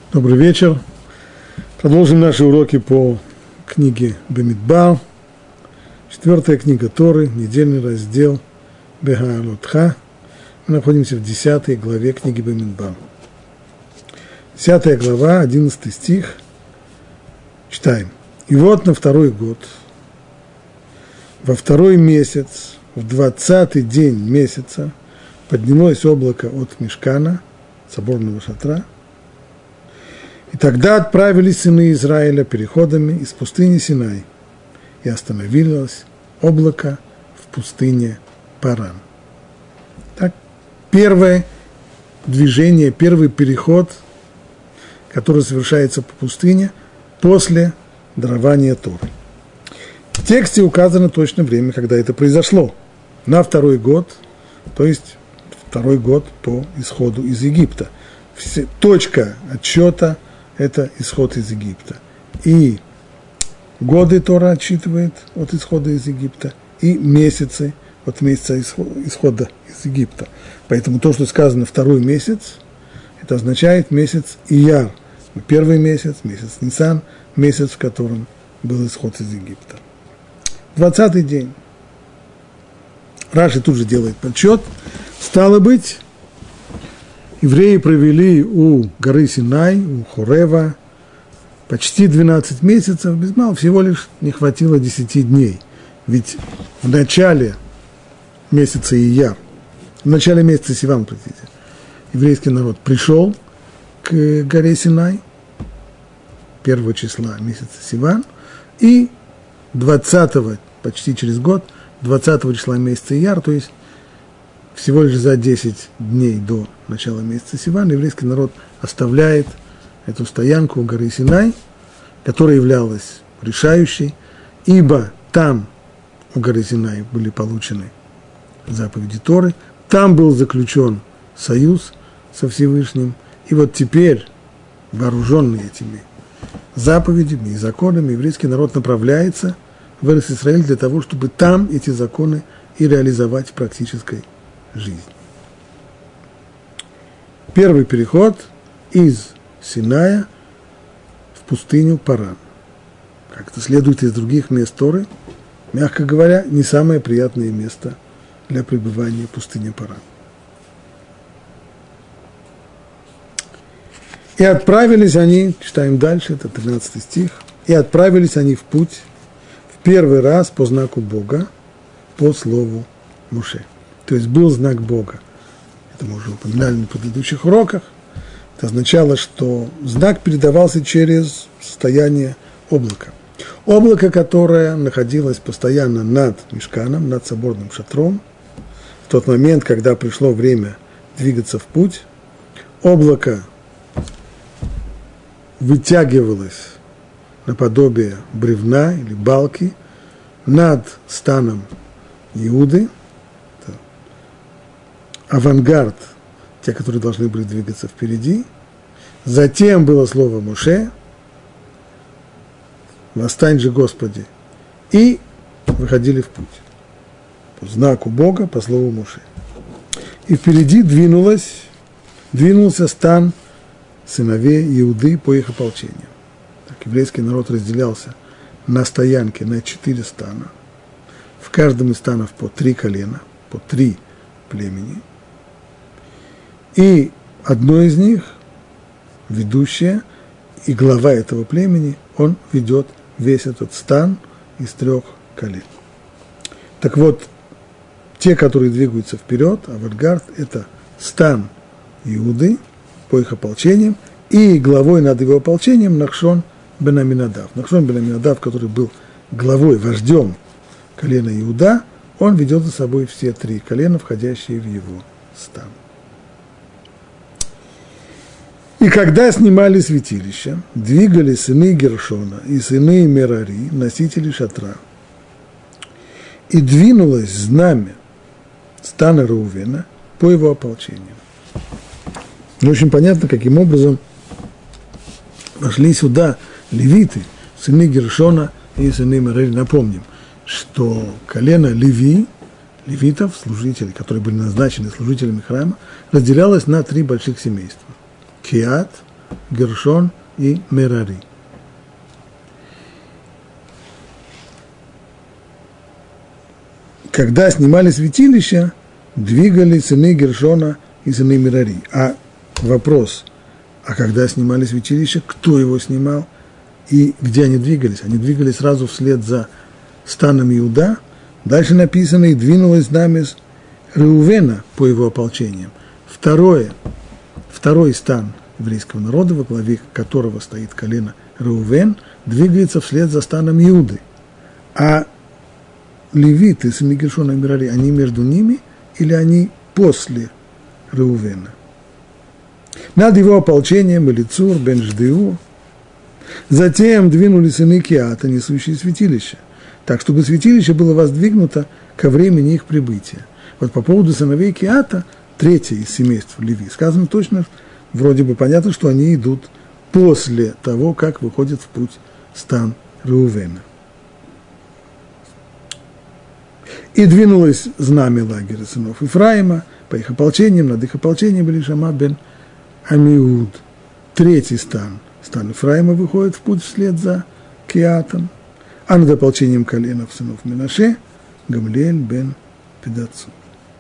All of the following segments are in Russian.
Добрый вечер. Продолжим наши уроки по книге Бамидбар. 4-я книга Торы, недельный раздел Бехаалотха. Мы находимся в 10 главе книги Бамидбар. 10 глава, 11 стих. Читаем. И вот на второй год, во второй месяц, в 20-й день месяца, поднялось облако от Мишкана, соборного шатра, и тогда отправились сыны Израиля переходами из пустыни Синай, и остановилось облако в пустыне Паран. Так, первое движение, первый переход, который совершается по пустыне после дарования Торы. В тексте указано точное время, когда это произошло. На второй год, то есть второй год по исходу из Египта. Точка отсчета – это исход из Египта. И годы Тора отсчитывает от исхода из Египта, и месяцы от месяца исхода из Египта. Поэтому то, что сказано второй месяц, это означает месяц Ияр. Первый месяц Нисан, месяц, в котором был исход из Египта. 20-й день. Раши тут же делает подсчет. Стало быть, евреи провели у горы Синай, у Хорева, почти 12 месяцев, без малого, всего лишь не хватило 10 дней. Ведь в начале месяца Ияр, в начале месяца Сиван, простите, еврейский народ пришел к горе Синай, 1 числа месяца Сиван, и 20-го, почти через год, 20 числа месяца Ияр, то есть всего лишь за 10 дней до начала месяца Сиван, еврейский народ оставляет эту стоянку у горы Синай, которая являлась решающей, ибо там у горы Синай были получены заповеди Торы, там был заключен союз со Всевышним, и вот теперь, вооруженный этими заповедями и законами, еврейский народ направляется в Эрец-Исраэль для того, чтобы там эти законы и реализовать в практической жизни. Первый переход из Синая в пустыню Паран. Как это следует из других мест Торы, мягко говоря, не самое приятное место для пребывания в пустыне Паран. И отправились они, читаем дальше, это 13 стих, и отправились они в путь в первый раз по знаку Бога, по слову Моше. То есть был знак Бога. Это мы уже упоминали на предыдущих уроках. Это означало, что знак передавался через состояние облака. Облако, которое находилось постоянно над Мишканом, над соборным шатром, в тот момент, когда пришло время двигаться в путь, облако вытягивалось наподобие бревна или балки над станом Иуды, авангард, те, которые должны были двигаться впереди. Затем было слово Моше, «Восстань же, Господи», и выходили в путь по знаку Бога, по слову Моше. И впереди двинулся стан сыновей Иуды по их ополчениям. Так, еврейский народ разделялся на стоянке на 4 стана. В каждом из станов по 3 колена, по 3 племени. И одно из них, ведущее, и глава этого племени, он ведет весь этот стан из 3 колен. Так вот, те, которые двигаются вперед, авангард, это стан Иуды по их ополчениям, и главой над его ополчением Нахшон бен Аминадав. Нахшон бен Аминадав, который был главой, вождем колена Иуда, он ведет за собой все 3 колена, входящие в его стан. И когда снимали святилище, двигали сыны Гершона и сыны Мерари, носители шатра, и двинулось знамя стана Реувена по его ополчению. Не очень понятно, каким образом вошли сюда левиты, сыны Гершона и сыны Мерари. Напомним, что колено левитов, служителей, которые были назначены служителями храма, разделялось на 3 больших семейства. Киат, Гершон и Мерари. Когда снимали святилище, двигали сыны Гершона и сыны Мерари. А вопрос, а когда снимали святилище, кто его снимал и где они двигались? Они двигались сразу вслед за станом Иуда. Дальше написано, и двинулось знамя Реувена по его ополчениям. Второй стан еврейского народа, во главе которого стоит колено Реувен, двигается вслед за станом Иуды. А левиты, сыны Гершона и Мерари, они между ними или они после Реувена? Над его ополчением Элицур бен Ждеу. Затем двинулись сыны Киата, несущие святилище, так, чтобы святилище было воздвигнуто ко времени их прибытия. Вот по поводу сыновей Киата, третье из семейств Леви, сказано точно, вроде бы понятно, что они идут после того, как выходит в путь стан Реувена. И двинулось знамя лагеря сынов Ифраима по их ополчениям, над их ополчением были Шама бен Амиуд. Третий стан Ифраима выходит в путь вслед за Киатом, а над ополчением коленов сынов Менаше Гамлиэль бен Педацур.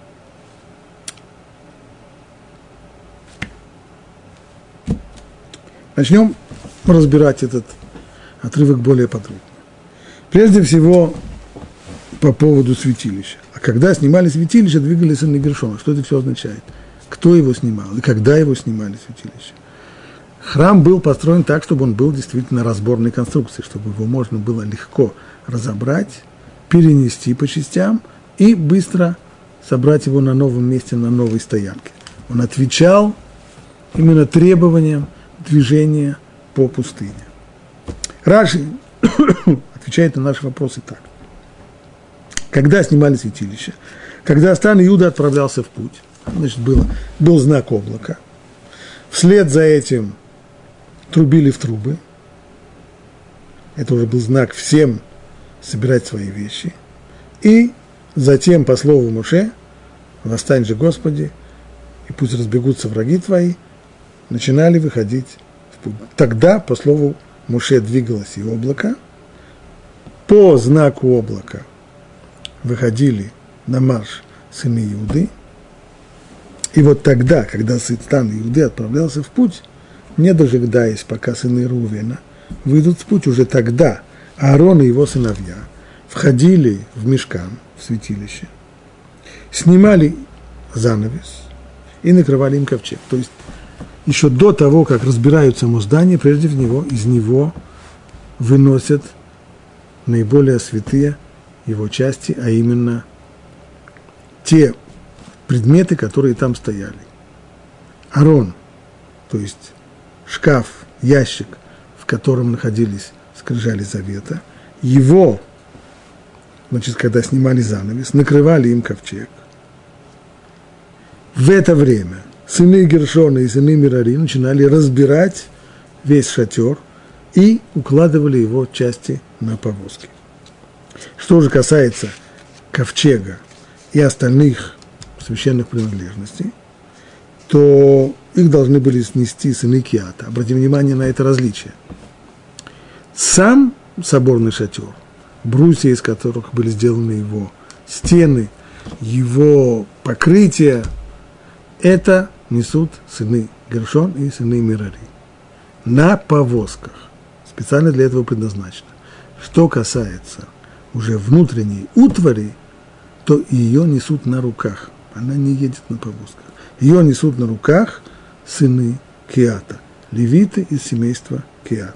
Начнем разбирать этот отрывок более подробно. Прежде всего, по поводу святилища. А когда снимали святилище, двигались сыны Гершона. Что это все означает? Кто его снимал и когда его снимали святилище? Храм был построен так, чтобы он был действительно разборной конструкцией, чтобы его можно было легко разобрать, перенести по частям и быстро собрать его на новом месте, на новой стоянке. Он отвечал именно требованиям движения по пустыне. Раши отвечает на наши вопросы так. Когда снимали святилище, когда стан Иуда отправлялся в путь, значит, был знак облака, вслед за этим трубили в трубы, это уже был знак всем собирать свои вещи, и затем, по слову Моше, «Восстань же, Господи, и пусть разбегутся враги твои», начинали выходить в путь. Тогда, по слову Моше, двигалось и облако, по знаку облака выходили на марш сыны Иуды, и вот тогда, когда стан Иуды отправлялся в путь, не дожидаясь, пока сыны Рувена выйдут в путь, уже тогда Аарон и его сыновья входили в мишкан, в святилище, снимали занавес и накрывали им ковчег. То есть еще до того, как разбирают само здание, прежде из него выносят наиболее святые его части, а именно те предметы, которые там стояли. Арон, то есть шкаф, ящик, в котором находились скрижали завета, его, значит, когда снимали занавес, накрывали им ковчег. В это время сыны Гершона и сыны Мерари начинали разбирать весь шатер и укладывали его части на повозки. Что же касается ковчега и остальных священных принадлежностей, то их должны были снести сыны Киата. Обратим внимание на это различие. Сам соборный шатер, брусья, из которых были сделаны его стены, его покрытие, это несут сыны Гершон и сыны Мерари на повозках. Специально для этого предназначено. Что касается уже внутренней утвари, то ее несут на руках. Она не едет на повозках. Ее несут на руках сыны Киата, левиты из семейства Киат.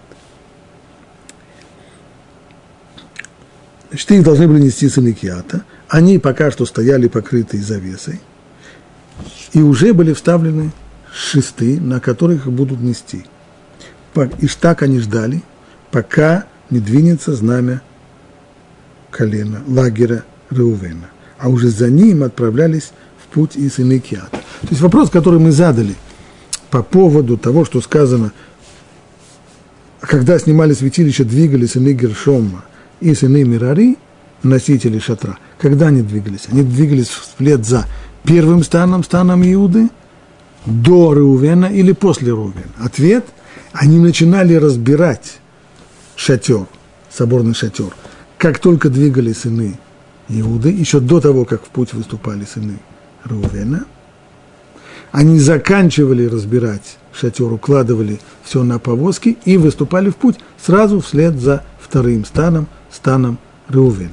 Значит, их должны были нести сыны Киата. Они пока что стояли покрытые завесой, и уже были вставлены шесты, на которых их будут нести. И так они ждали, пока не двинется знамя колена, лагеря Реувена. А уже за ним отправлялись в путь и сыны Киата. То есть вопрос, который мы задали по поводу того, что сказано, когда снимали святилище, двигались сыны Гершома и сыны Мерари, носители шатра. Когда они двигались? Они двигались вслед за первым станом Иуды, до Реувена или после Реувена? Ответ – Они начинали разбирать шатер, соборный шатер, как только двигались сыны Иуды, еще до того, как в путь выступали сыны Реувена. Они заканчивали разбирать шатер, укладывали все на повозки и выступали в путь сразу вслед за вторым станом Реувена.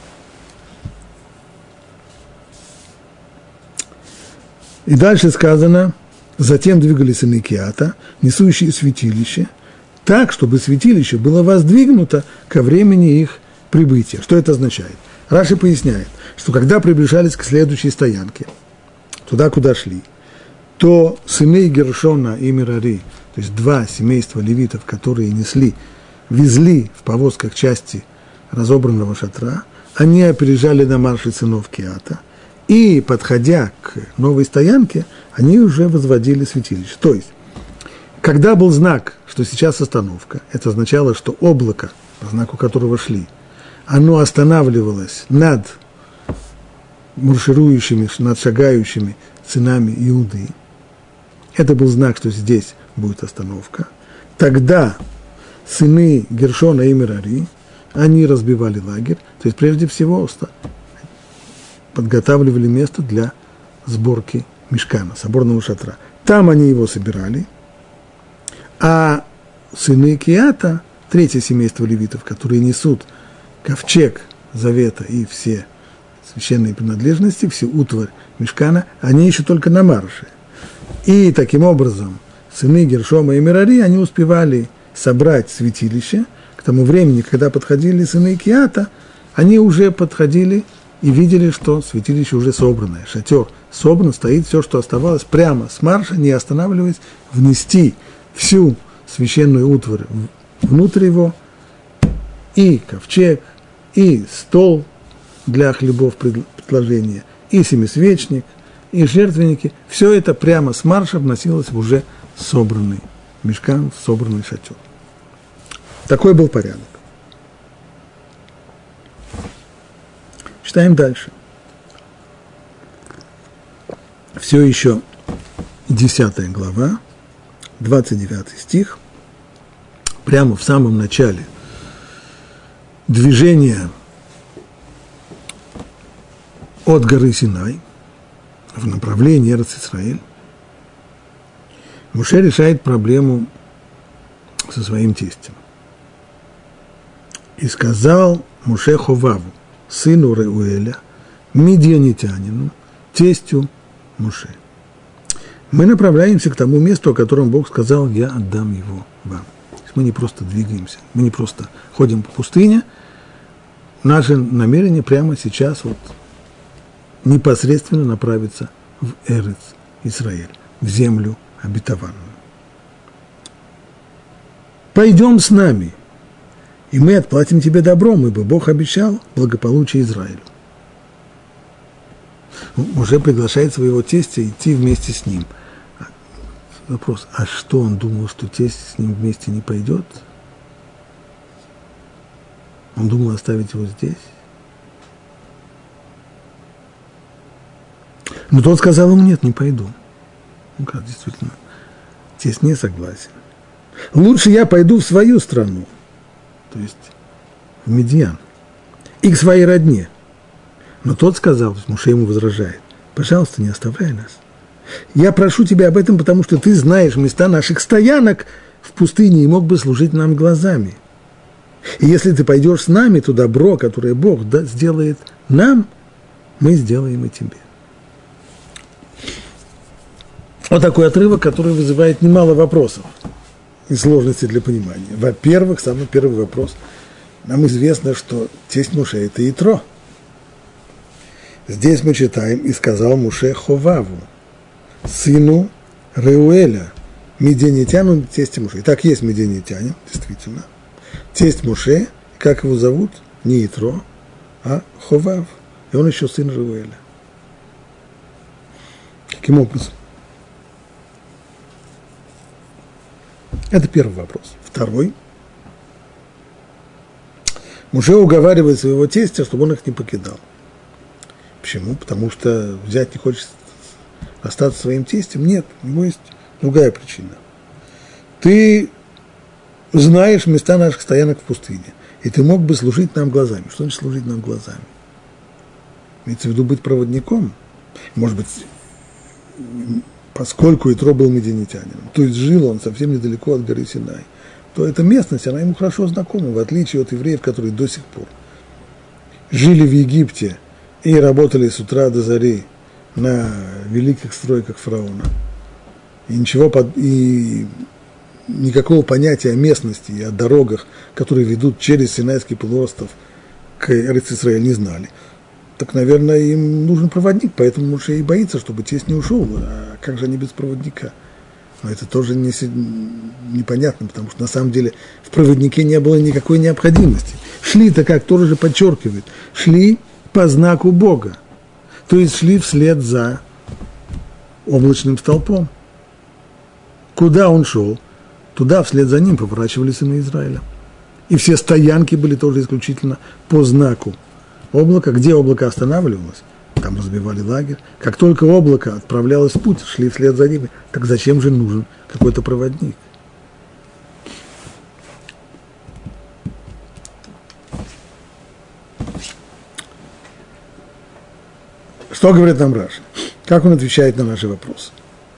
И дальше сказано, затем двигались сыны Киата, несущие святилище, так, чтобы святилище было воздвигнуто ко времени их прибытия. Что это означает? Раши поясняет, что когда приближались к следующей стоянке, туда, куда шли, то сыны Гершона и Мерари, то есть два семейства левитов, которые везли в повозках части разобранного шатра, они опережали на марше сынов Киата, и, подходя к новой стоянке, они уже возводили святилище. То есть, когда был знак, что сейчас остановка, это означало, что облако, по знаку которого шли, оно останавливалось над марширующими, над шагающими сынами Иуды. Это был знак, что здесь будет остановка. Тогда сыны Гершона и Мерари, они разбивали лагерь, то есть прежде всего подготавливали место для сборки мишкана, соборного шатра. Там они его собирали, а сыны Киата, третье семейство левитов, которые несут ковчег завета и все священные принадлежности, всю утварь мишкана, они еще только на марше. И таким образом сыны Гершома и Мерари, они успевали собрать святилище. К тому времени, когда подходили сыны Киата, они уже подходили и видели, что святилище уже собранное, шатер собран, стоит, все, что оставалось, прямо с марша, не останавливаясь, внести всю священную утварь внутрь его, и ковчег, и стол для хлебов предложения, и семисвечник, и жертвенники, все это прямо с марша вносилось в уже собранный мишкан, в собранный шатер. Такой был порядок. Читаем дальше. Все еще 10 глава, 29 стих, прямо в самом начале движения от горы Синай в направлении Эрец-Исраэль, Моше решает проблему со своим тестем. И сказал Моше Ховаву, сыну Реуэля, мидьянитянину, тестю Моше: мы направляемся к тому месту, о котором Бог сказал: я отдам его вам. То есть мы не просто двигаемся, мы не просто ходим по пустыне, наше намерение прямо сейчас вот непосредственно направиться в Эрец-Исраэль, в землю обетованную. Пойдем с нами, и мы отплатим тебе добром, ибо Бог обещал благополучие Израилю. Моше приглашает своего тестя идти вместе с ним. Вопрос: а что, он думал, что тесть с ним вместе не пойдет? Он думал оставить его здесь? Но тот сказал ему: нет, не пойду. Ну как, действительно, тесть не согласен. Лучше я пойду в свою страну, то есть в Мидьян, и к своей родне. Но тот сказал, то есть Моше ему возражает: пожалуйста, не оставляй нас. Я прошу тебя об этом, потому что ты знаешь места наших стоянок в пустыне и мог бы служить нам глазами. И если ты пойдешь с нами, то добро, которое Бог сделает нам, мы сделаем и тебе. Вот такой отрывок, который вызывает немало вопросов и сложностей для понимания. Во-первых, самый первый вопрос. Нам известно, что тесть Моше – это Итро. Здесь мы читаем: и сказал Моше Ховаву, сыну Реуэля, мидьянитяну, тесте Моше. Итак, есть мидьянитянин, действительно. Тесть Моше, как его зовут? Не Итро, а Ховав. И он еще сын Реуэля. Каким образом? Это первый вопрос. Второй. Моше уговаривает своего тестя, чтобы он их не покидал. Почему? Потому что взять не хочет остаться своим тестем? Нет, у него есть другая причина. Ты знаешь места наших стоянок в пустыне, и ты мог бы служить нам глазами. Что значит служить нам глазами? Имеется в виду быть проводником. Может быть, поскольку Итро был медианитянином, то есть жил он совсем недалеко от горы Синай, то эта местность, она ему хорошо знакома, в отличие от евреев, которые до сих пор жили в Египте и работали с утра до зари на великих стройках фараона. И никакого понятия о местности и о дорогах, которые ведут через Синайский полуостров к Эрец-Исраэль, не знали. Так, наверное, им нужен проводник, поэтому Моше и боится, чтобы тесть не ушел. А как же они без проводника? Но это тоже непонятно, потому что на самом деле в проводнике не было никакой необходимости. Шли-то, как тоже же подчеркивает, шли по знаку Бога. То есть шли вслед за облачным столпом. Куда он шел, туда вслед за ним поворачивали сыны Израиля. И все стоянки были тоже исключительно по знаку облака. Где облако останавливалось, там разбивали лагерь. Как только облако отправлялось в путь, шли вслед за ними. Так зачем же нужен какой-то проводник? Что говорит нам Раши? Как он отвечает на наши вопросы?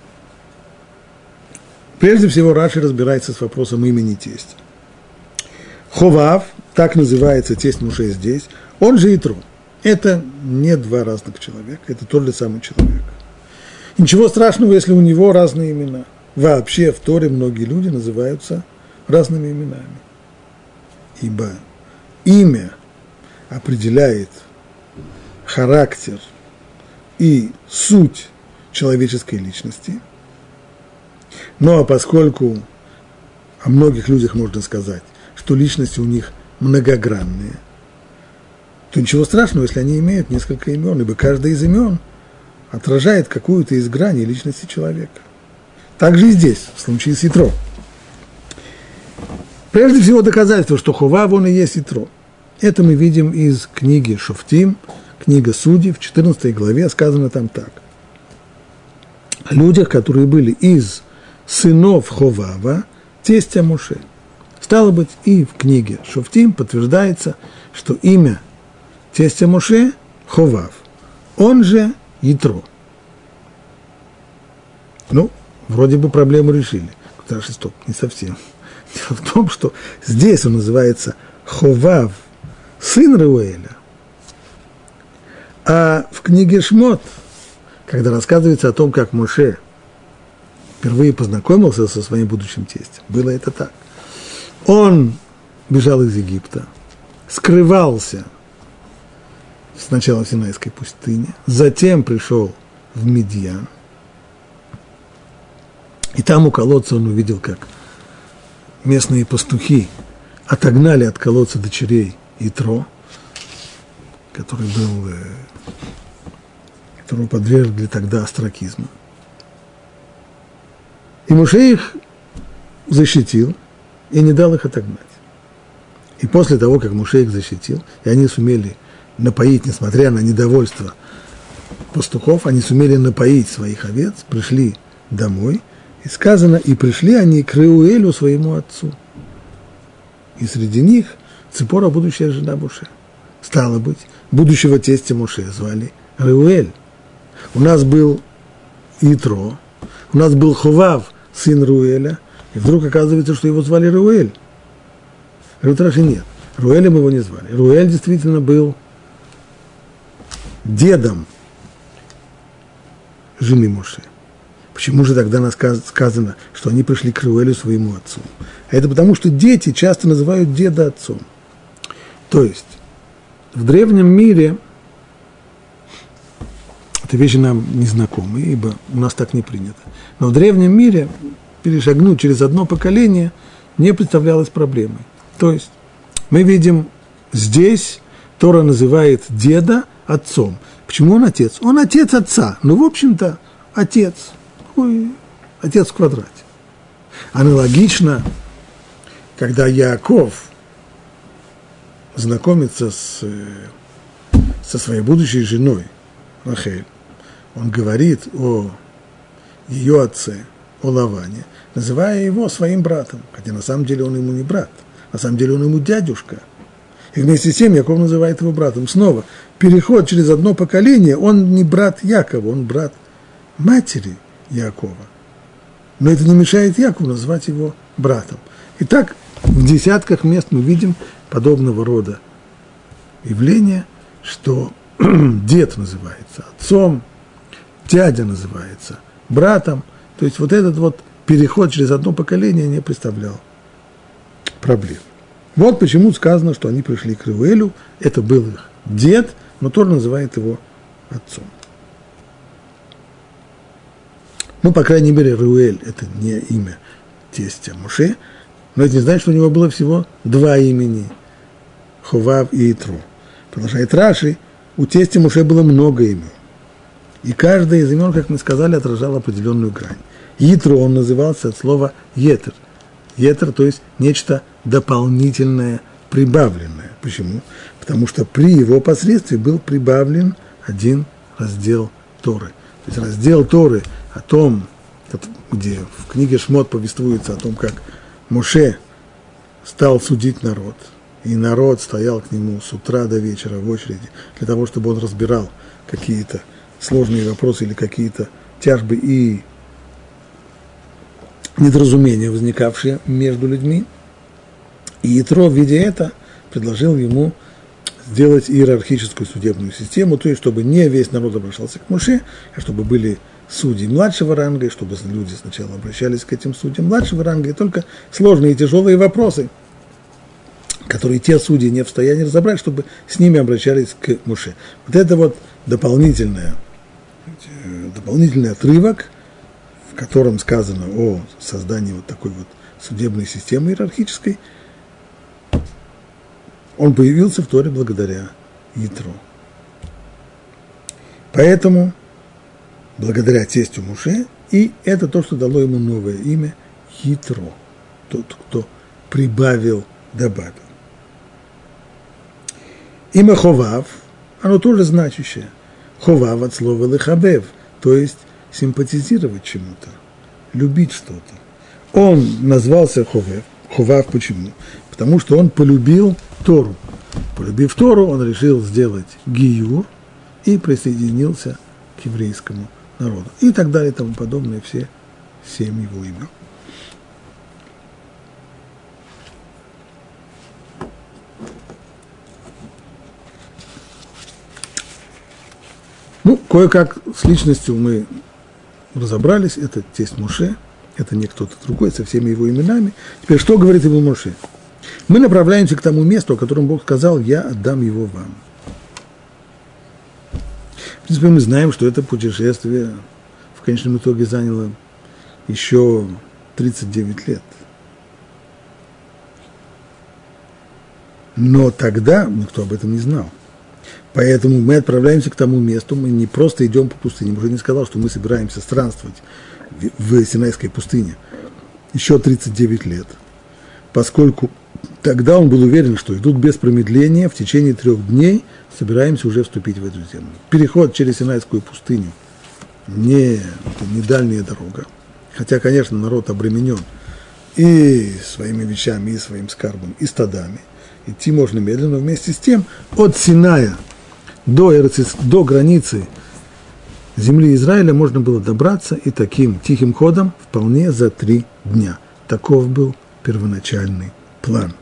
Прежде всего, Раши разбирается с вопросом имени тестя. Ховав, так называется тесть Моше здесь, он же Итро. Это не два разных человека, это тот же самый человек. Ничего страшного, если у него разные имена. Вообще в Торе многие люди называются разными именами. Ибо имя определяет характер и суть человеческой личности. Ну а поскольку о многих людях можно сказать, что личности у них многогранные, то ничего страшного, если они имеют несколько имен, ибо каждое из имен отражает какую-то из граней личности человека. Так же и здесь, в случае с Итро. Прежде всего доказательство, что Ховав, он и есть Итро. Это мы видим из книги Шофтим, книга Судей, в 14 главе сказано там так. О людях, которые были из сынов Ховава, тестя Моше. Стало быть, и в книге Шофтим подтверждается, что имя тестя Моше – Ховав, он же Итро. Ну, вроде бы проблему решили. Стоп, не совсем. Дело в том, что здесь он называется Ховав, сын Рeuэля. А в книге Шмот, когда рассказывается о том, как Моше впервые познакомился со своим будущим тестем, было это так. Он бежал из Египта, скрывался сначала в Синайской пустыне, затем пришел в Мидьян, и там у колодца он увидел, как местные пастухи отогнали от колодца дочерей Итро, которого подвергли тогда остракизму. И Моше их защитил и не дал их отогнать. И после того, как Моше их защитил, и они сумели напоить, несмотря на недовольство пастухов, они сумели напоить своих овец, пришли домой, и сказано, и пришли они к Реуэлю, своему отцу. И среди них Ципора, будущая жена Моше. Стало быть, будущего тестя Моше звали Реуэль. У нас был Итро, у нас был Ховав, сын Реуэля, и вдруг оказывается, что его звали Реуэль. Говорит Раши, нет, Реуэлем его не звали. Реуэль действительно был дедом жены Моше. Почему же тогда сказано, что они пришли к Реуэлю, своему отцу? А это потому, что дети часто называют деда отцом. То есть в древнем мире эти вещи нам не знакомы, ибо у нас так не принято. Но в древнем мире перешагнуть через одно поколение не представлялось проблемой. То есть мы видим здесь, Тора называет деда отцом. Почему он отец? Он отец отца. Ну, в общем-то, отец. Ой, отец в квадрате. Аналогично, когда Яаков знакомится со своей будущей женой Рахель, он говорит о ее отце, о Лаване, называя его своим братом, хотя на самом деле он ему не брат, на самом деле он ему дядюшка. И вместе с тем Яков называет его братом. Снова, переход через одно поколение, он не брат Якова, он брат матери Якова. Но это не мешает Якову назвать его братом. Итак, в десятках мест мы видим подобного рода явления, что дед называется отцом, дядя называется братом. То есть вот этот вот переход через одно поколение не представлял проблем. Вот почему сказано, что они пришли к Рeuэлю, это был их дед, но Тора называет его отцом. Ну, по крайней мере, Рeuэль – это не имя тестя Моше, но это не значит, что у него было всего два имени – Ховав и Итро. Продолжает Раши, у тестя Моше было много имен. И каждое из имен, как мы сказали, отражало определенную грань. Итро он назывался от слова «етер». Етер, то есть нечто дополнительное, прибавленное. Почему? Потому что при его посредстве был прибавлен один раздел Торы. То есть раздел Торы о том, где в книге Шмот повествуется о том, как Моше стал судить народ, и народ стоял к нему с утра до вечера в очереди для того, чтобы он разбирал какие-то сложные вопросы или какие-то тяжбы и недоразумения, возникавшие между людьми. И Ятро, видя это, предложил ему сделать иерархическую судебную систему, то есть, чтобы не весь народ обращался к Моше, а чтобы были судьи младшего ранга, и чтобы люди сначала обращались к этим судьям младшего ранга, и только сложные и тяжелые вопросы, которые те судьи не в состоянии разобрать, чтобы с ними обращались к Моше. Вот это вот дополнительный отрывок, в котором сказано о создании вот такой вот судебной системы иерархической, он появился в Торе благодаря Ятро. Поэтому, благодаря тестю Моше, и это то, что дало ему новое имя Ятро, тот, кто прибавил, добавил. Имя Ховав, оно тоже значащее. Ховав от слова лехабев, то есть симпатизировать чему-то, любить что-то. Он назвался Ховав почему? Потому что он полюбил Тору. Полюбив Тору, он решил сделать гиюр и присоединился к еврейскому народу. И так далее, и тому подобное, все 7 его имен. Ну, кое-как с личностью мы разобрались. Это тесть Моше, это не кто-то другой, со всеми его именами. Теперь, что говорит ему Моше? Мы направляемся к тому месту, о котором Бог сказал: «Я отдам его вам». В принципе, мы знаем, что это путешествие в конечном итоге заняло еще 39 лет. Но тогда никто об этом не знал. Поэтому мы отправляемся к тому месту, мы не просто идем по пустыне. Уже не сказал, что мы собираемся странствовать в Синайской пустыне еще 39 лет, поскольку тогда он был уверен, что идут без промедления, в течение 3 дней собираемся уже вступить в эту землю. Переход через Синайскую пустыню не дальняя дорога, хотя, конечно, народ обременен и своими вещами, и своим скарбом, и стадами. Идти можно медленно, вместе с тем от Синая до границы земли Израиля можно было добраться и таким тихим ходом вполне за 3 дня. Таков был первоначальный план.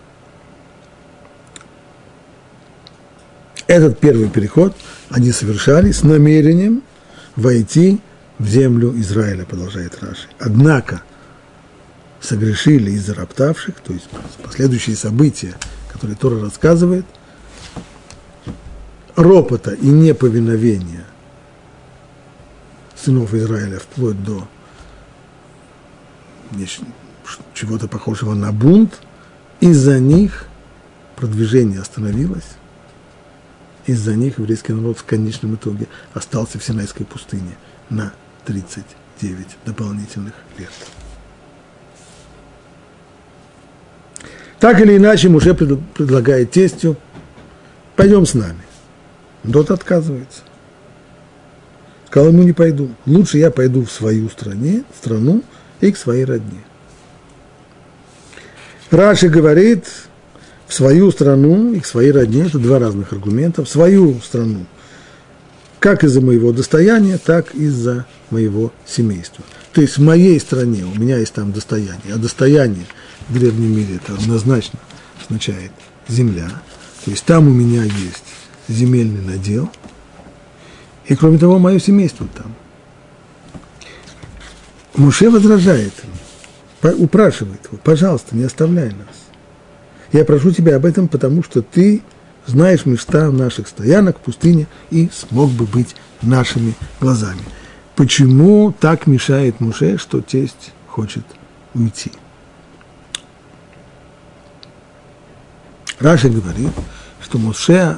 Этот первый переход они совершали с намерением войти в землю Израиля, продолжает Раши. Однако согрешили из-за роптавших, то есть последующие события, которые Тора рассказывает, ропота и неповиновения сынов Израиля вплоть до чего-то похожего на бунт, из-за них продвижение остановилось, из-за них еврейский народ в конечном итоге остался в Синайской пустыне на 39 дополнительных лет. Так или иначе, Моше предлагает тестю: пойдем с нами. Тот отказывается. Сказал ему: не пойду. Лучше я пойду в свою страну и к своей родне. Раши говорит, в свою страну и к своей родне, это два разных аргумента, в свою страну, как из-за моего достояния, так и из-за моего семейства. То есть в моей стране у меня есть там достояние, а достояние в древнем мире это однозначно означает земля, то есть там у меня есть земельный надел, и кроме того, мое семейство там. Моше возражает ему, упрашивает его, пожалуйста, не оставляй нас. Я прошу тебя об этом, потому что ты знаешь места наших стоянок в пустыне и смог бы быть нашими глазами. Почему так мешает Моше, что тесть хочет уйти? Раши говорит, что Моше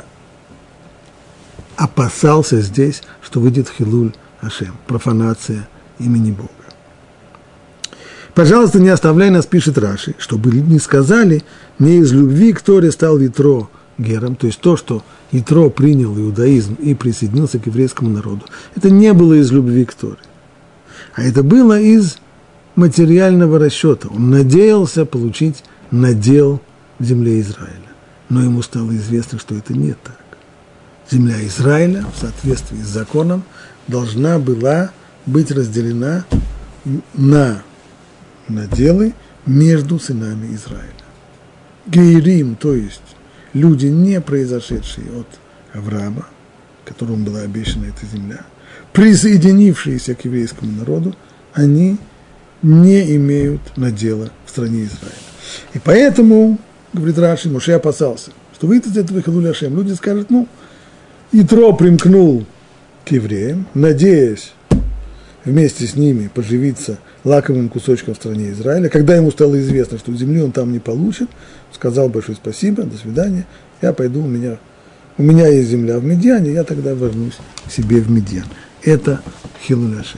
опасался здесь, что выйдет хилуль Ашем, профанация имени Бога. Пожалуйста, не оставляй нас, пишет Раши, чтобы не сказали, не из любви к Торе стал Ятро гером, то есть то, что Ятро принял иудаизм и присоединился к еврейскому народу, это не было из любви к Торе, а это было из материального расчета. Он надеялся получить надел в земле Израиля, но ему стало известно, что это не так. Земля Израиля в соответствии с законом должна была быть разделена на наделы между сынами Израиля. Гейрим, то есть люди, не произошедшие от Авраама, которому была обещана эта земля, присоединившиеся к еврейскому народу, они не имеют надела в стране Израиля. И поэтому, говорит Раши, Моше опасался, что выйдет из этого хилуль Ашем. Люди скажут, Ятро примкнул к евреям, надеясь вместе с ними поживиться лакомым кусочком в стране Израиля. Когда ему стало известно, что земли он там не получит, сказал большое спасибо, до свидания, я пойду, у меня есть земля в Медиане, я тогда вернусь к себе в Медиан. Это хилуль Ашем.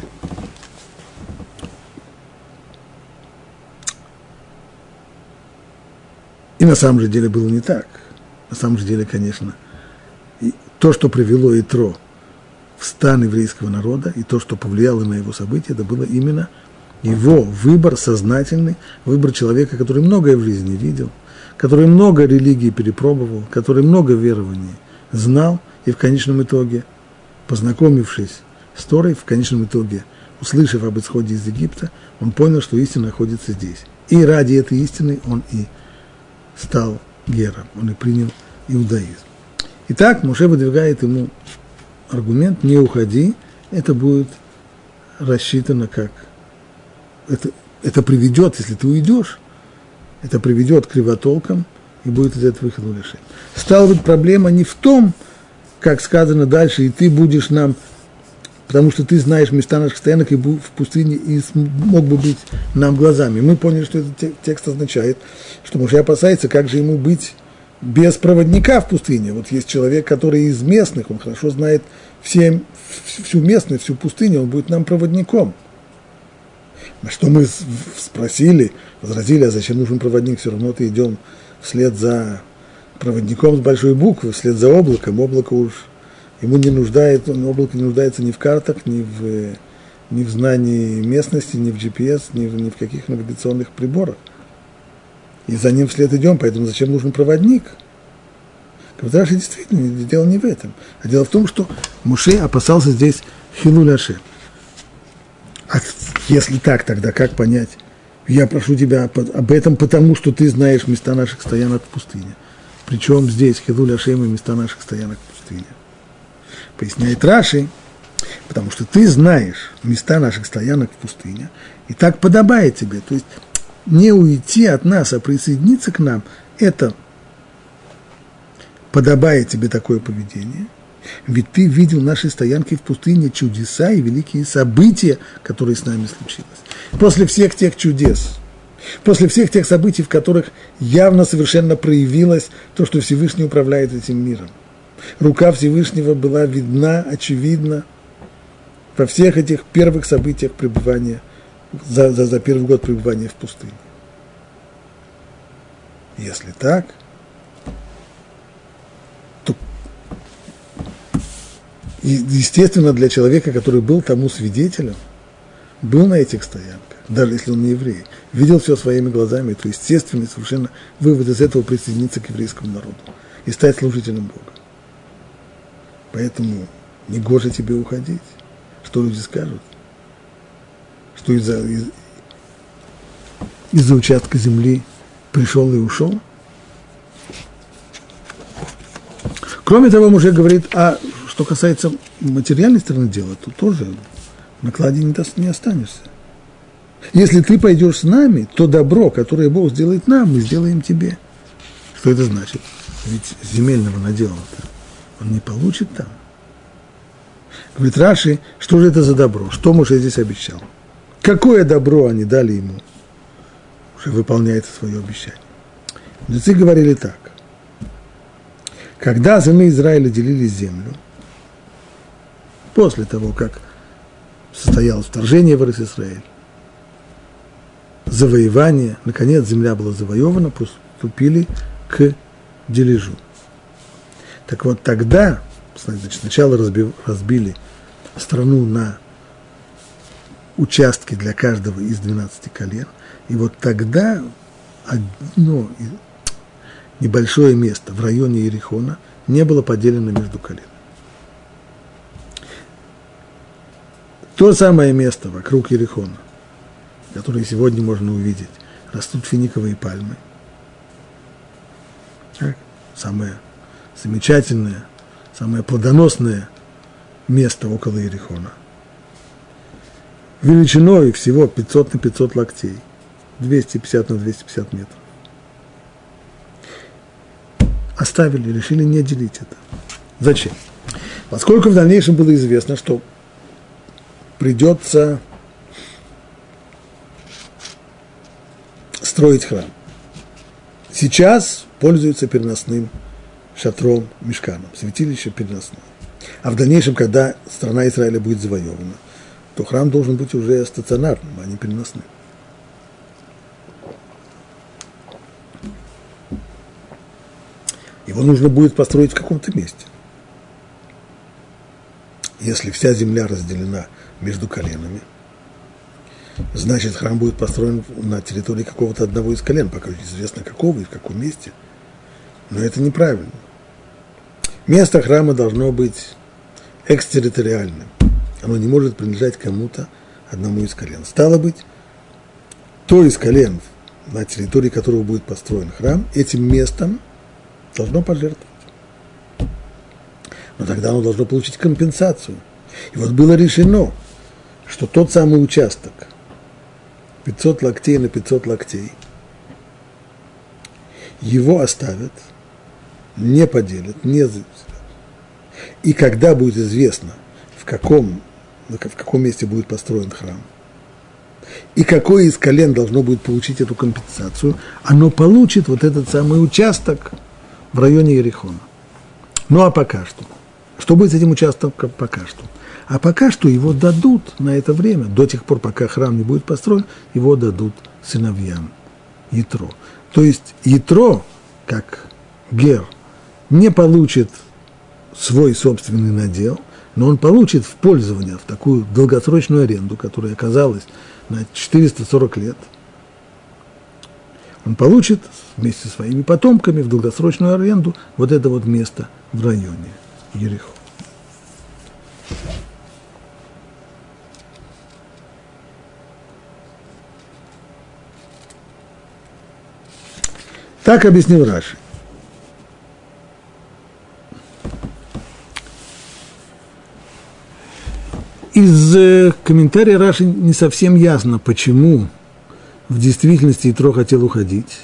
И на самом же деле было не так. На самом же деле, конечно, то, что привело Ятро в стан еврейского народа, и то, что повлияло на его события, это было именно его выбор, сознательный выбор человека, который многое в жизни видел, который много религий перепробовал, который много верований знал, и в конечном итоге, познакомившись с Торой, в конечном итоге, услышав об исходе из Египта, он понял, что истина находится здесь. И ради этой истины он и стал гером, он и принял иудаизм. Итак, Моше выдвигает ему аргумент: не уходи, это будет рассчитано как... Это приведет, если ты уйдешь, это приведет к кривотолкам, и будет из этого хилуль Ашем. Стала быть проблема не в том, как сказано дальше, и ты будешь нам, потому что ты знаешь места наших стоянок и в пустыне, и мог бы быть нам глазами. Мы поняли, что этот текст означает, что Моше опасается, как же ему быть без проводника в пустыне. Вот есть человек, который из местных, он хорошо знает всю местность, всю пустыню, он будет нам проводником. На что мы спросили, возразили, а зачем нужен проводник? Все равно ты идем вслед за проводником с большой буквы, вслед за облаком. Облако уж ему не нуждается, облако не нуждается ни в картах, ни в знании местности, ни в GPS, ни в каких навигационных приборах. И за ним вслед идем, поэтому зачем нужен проводник? Раши действительно, дело не в этом. А дело в том, что Моше опасался здесь хилуль Ашем. А если так, тогда как понять? Я прошу тебя об этом, потому что ты знаешь места наших стоянок в пустыне. Причем здесь хилуль Ашем и места наших стоянок в пустыне. Поясняет Раши, потому что ты знаешь места наших стоянок в пустыне, и так подобает тебе. То есть не уйти от нас, а присоединиться к нам, это подобает тебе такое поведение. Ведь ты видел наши стоянки в пустыне, чудеса и великие события, которые с нами случились. После всех тех чудес, после всех тех событий, в которых явно совершенно проявилось то, что Всевышний управляет этим миром. Рука Всевышнего была видна, очевидна во всех этих первых событиях пребывания, за первый год пребывания в пустыне. Если так, то естественно, для человека, который был тому свидетелем, был на этих стоянках, даже если он не еврей, видел все своими глазами, то естественный совершенно вывод из этого присоединиться к еврейскому народу и стать служителем Бога. Поэтому не гоже тебе уходить. Что люди скажут? Что из-за участка земли пришел и ушел? Кроме того, Моше говорит, что касается материальной стороны дела, то тоже в накладе не останешься. Если ты пойдешь с нами, то добро, которое Бог сделает нам, мы сделаем тебе. Что это значит? Ведь земельного надела-то он не получит там. Говорит Раши, что же это за добро? Что Моше здесь обещал? Какое добро они дали ему? Уже выполняет свое обещание. Мудрецы говорили так. Когда сыны Израиля делили землю, после того, как состоялось вторжение в Иерусалим, завоевание, наконец земля была завоевана, приступили к дележу. Так вот тогда, значит, сначала разбили страну на участки для каждого из 12 колен, и вот тогда одно небольшое место в районе Иерихона не было поделено между коленами. То самое место вокруг Иерихона, которое сегодня можно увидеть, растут финиковые пальмы. Так? Самое замечательное, самое плодоносное место около Иерихона. Величиной всего 500 на 500 локтей, 250 на 250 метров. Оставили, решили не делить это. Зачем? Поскольку в дальнейшем было известно, что придется строить храм. Сейчас пользуются переносным шатром, мишканом, святилище переносное. А в дальнейшем, когда страна Израиля будет завоевана, то храм должен быть уже стационарным, а не переносным. Его нужно будет построить в каком-то месте. Если вся земля разделена между коленами, значит, храм будет построен на территории какого-то одного из колен, пока неизвестно какого и в каком месте. Но это неправильно. Место храма должно быть экстерриториальным. Оно не может принадлежать кому-то одному из колен. Стало быть, то из колен, на территории которого будет построен храм, этим местом должно пожертвовать. Но тогда оно должно получить компенсацию. И вот было решено, что тот самый участок, 500 локтей на 500 локтей, его оставят, не поделят, не зависят. И когда будет известно, в каком месте будет построен храм, и какое из колен должно будет получить эту компенсацию, оно получит вот этот самый участок в районе Иерихона. Ну а пока что? Что будет с этим участком пока что? А пока что его дадут на это время, до тех пор, пока храм не будет построен, его дадут сыновьям Ятро. То есть Ятро, как гер, не получит свой собственный надел, но он получит в пользование, в такую долгосрочную аренду, которая оказалась на 440 лет, он получит вместе со своими потомками в долгосрочную аренду вот это вот место в районе Иерихон. Так объяснил Раши. Из комментария Раши не совсем ясно, почему в действительности Ятро хотел уходить.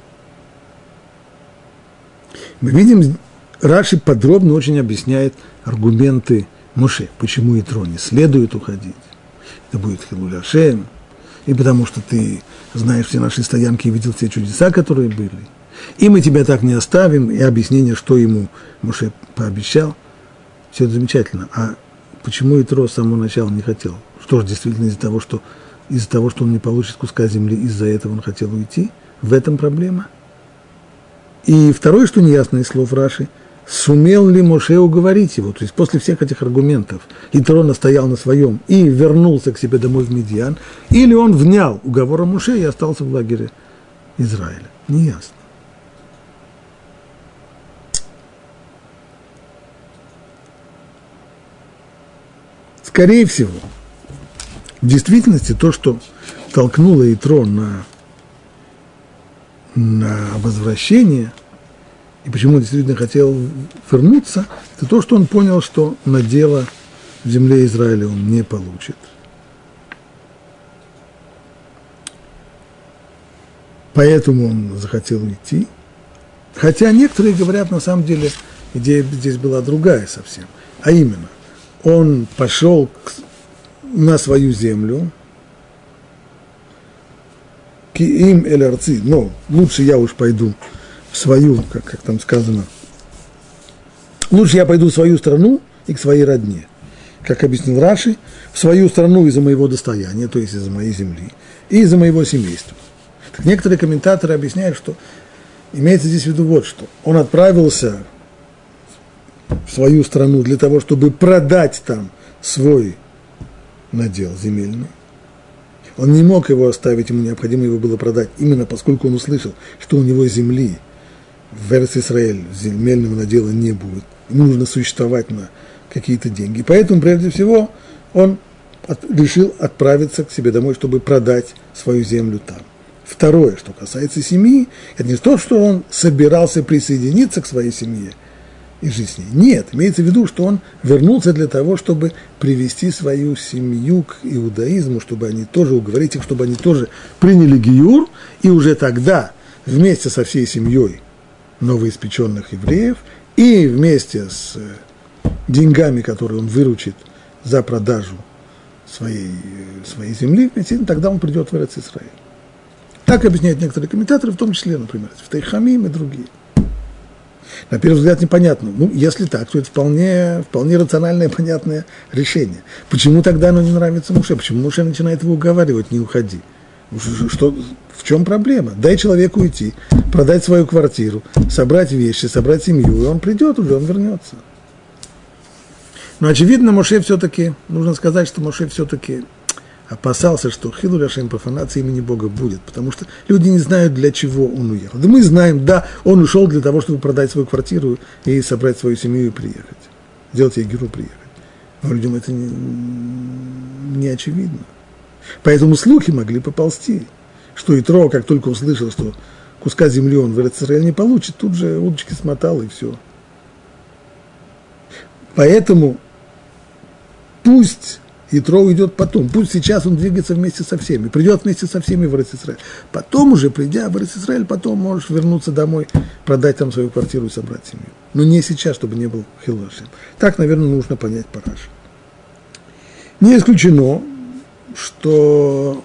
Мы видим, Раши подробно очень объясняет аргументы Моше, почему Ятро не следует уходить. Это будет Хилуль Ашем, и потому что ты знаешь все наши стоянки и видел все чудеса, которые были. И мы тебя так не оставим, и объяснение, что ему Моше пообещал, все это замечательно. А почему Ятро с самого начала не хотел? Что же, действительно из-за того, что он не получит куска земли, из-за этого он хотел уйти? В этом проблема. И второе, что неясно из слов Раши, сумел ли Моше уговорить его, то есть после всех этих аргументов, Итро настоял на своем и вернулся к себе домой в Медьян, или он внял уговором Моше и остался в лагере Израиля. Неясно. Скорее всего, в действительности то, что толкнуло Итро на возвращение, и почему он действительно хотел вернуться, это то, что он понял, что надела в земле Израиля он не получит. Поэтому он захотел уйти. Хотя некоторые говорят, на самом деле, идея здесь была другая совсем. А именно, он пошел на свою землю, киим эль арци, но лучше я уж пойду в свою, как там сказано, лучше я пойду в свою страну и к своей родне. Как объяснил Раши, в свою страну из-за моего достояния, то есть из-за моей земли, и из-за моего семейства. Так некоторые комментаторы объясняют, что имеется здесь в виду вот что. Он отправился в свою страну для того, чтобы продать там свой надел земельный. Он не мог его оставить, ему необходимо его было продать, именно поскольку он услышал, что у него земли в Эрец-Исраэль земельного надела не будет. Ему нужно существовать на какие-то деньги. Поэтому, прежде всего, он решил отправиться к себе домой, чтобы продать свою землю там. Второе, что касается семьи, это не то, что он собирался присоединиться к своей семье и жить с ней. Нет, имеется в виду, что он вернулся для того, чтобы привести свою семью к иудаизму, чтобы они тоже уговорить их, чтобы они тоже приняли гиюр, и уже тогда вместе со всей семьей новоиспеченных евреев и вместе с деньгами, которые он выручит за продажу своей земли, тогда он придет в Эрец-Исраэль. Так объясняют некоторые комментаторы, в том числе, например, Ифтей Хамим и другие. На первый взгляд непонятно. Ну, если так, то это вполне рациональное, понятное решение. Почему тогда оно не нравится Моше? Почему Моше начинает его уговаривать, не уходи? В чем проблема? Дай человеку уйти, продать свою квартиру, собрать вещи, собрать семью, и он придет уже, он вернется. Но, очевидно, Моше все-таки, нужно сказать, что Моше все-таки опасался, что хилуль Ашем, профанация имени Бога будет, потому что люди не знают, для чего он уехал. Да мы знаем, да, он ушел для того, чтобы продать свою квартиру и собрать свою семью и приехать, сделать ей геру приехать. Но людям это не очевидно. Поэтому слухи могли поползти, что Итро, как только услышал, что куска земли он в Эрец-Исраэль не получит, тут же удочки смотал и все. Поэтому пусть Итро уйдет потом, пусть сейчас он двигается вместе со всеми, придет вместе со всеми в Эрец-Исраэль. Потом уже, придя в Эрец-Исраэль, потом можешь вернуться домой, продать там свою квартиру и собрать семью. Но не сейчас, чтобы не был хилуль Ашем. Так, наверное, нужно понять по Раши. Не исключено, что,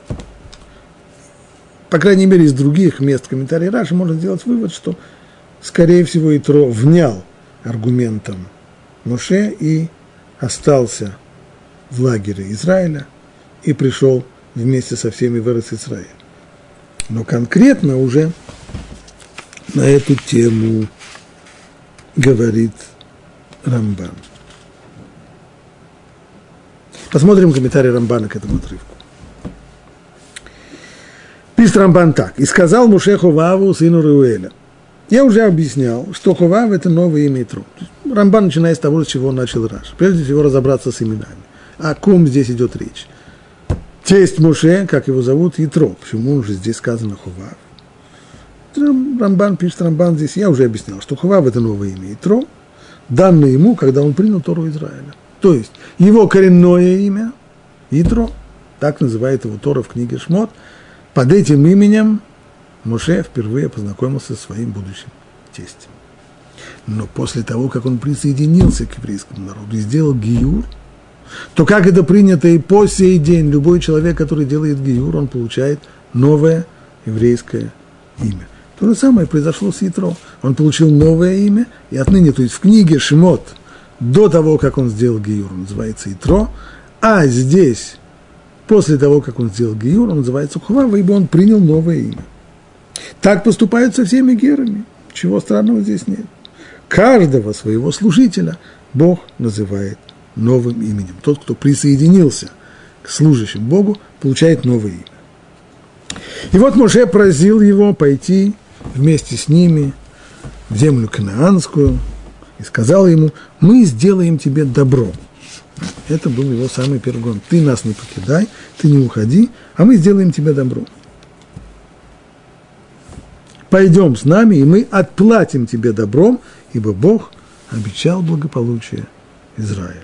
по крайней мере, из других мест в комментарии Раши можно сделать вывод, что, скорее всего, Итро внял аргументом Моше и остался в лагере Израиля и пришел вместе со всеми в Эрец-Исраэль. Но конкретно уже на эту тему говорит Рамбан. Посмотрим комментарий Рамбана к этому отрывку. Пишет Рамбан так. «И сказал Моше Ховаву, сыну Реуэля». Я уже объяснял, что Ховав – это новое имя Итро. Рамбан начинает с того, с чего он начал Раш. Прежде всего разобраться с именами. О ком здесь идет речь? Тесть Моше, как его зовут, Итро. Почему же здесь сказано Ховав? Рамбан пишет, Рамбан здесь, я уже объяснял, что Ховав – это новое имя Итро, данное ему, когда он принял Тору Израиля. То есть его коренное имя Итро, так называет его Тора в книге Шмот. Под этим именем Моше впервые познакомился со своим будущим тестем. Но после того, как он присоединился к еврейскому народу и сделал гиюр, то, как это принято и по сей день, любой человек, который делает гиюр, он получает новое еврейское имя. То же самое произошло с Итро. Он получил новое имя, и отныне, то есть в книге Шмот, до того, как он сделал гиюр, он называется Итро, а здесь, после того, как он сделал гиюр, он называется Ховав, ибо он принял новое имя. Так поступают со всеми герами, чего странного здесь нет. каждого своего служителя Бог называет новым именем. Тот, кто присоединился к служащим Богу, получает новое имя. И вот Моше просил его пойти вместе с ними в землю Канаанскую и сказал ему: мы сделаем тебе добро. Это был его самый первый гон. Ты нас не покидай, ты не уходи, а мы сделаем тебе добро. Пойдем с нами, и мы отплатим тебе добром, ибо Бог обещал благополучие Израилю.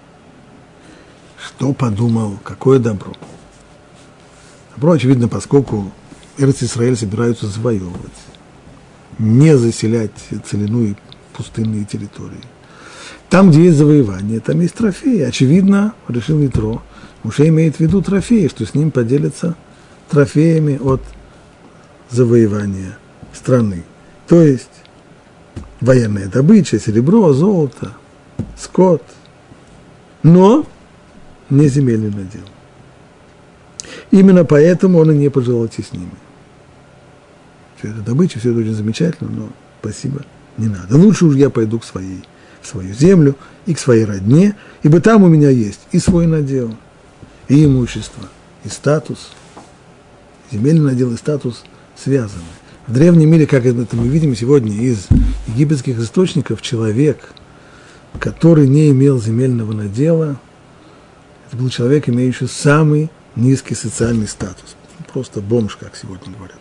Что подумал, какое добро? Добро, очевидно, поскольку Эрец-Исраэль собираются завоевывать, не заселять целину и пустынные территории. Там, где есть завоевание, там есть трофеи. Очевидно, решил Итро, Моше имеет в виду трофеи, что с ним поделятся трофеями от завоевания страны. То есть военная добыча, серебро, золото, скот, но не земельный надел. Именно поэтому он и не пожелал идти с ними. Все это добыча, все это очень замечательно, но спасибо, не надо. Лучше уж я пойду в свою землю и к своей родне, ибо там у меня есть и свой надел, и имущество, и статус. Земельный надел и статус связаны. В древнем мире, как это мы видим сегодня из египетских источников, человек, который не имел земельного надела, это был человек, имеющий самый низкий социальный статус. Просто бомж, как сегодня говорят.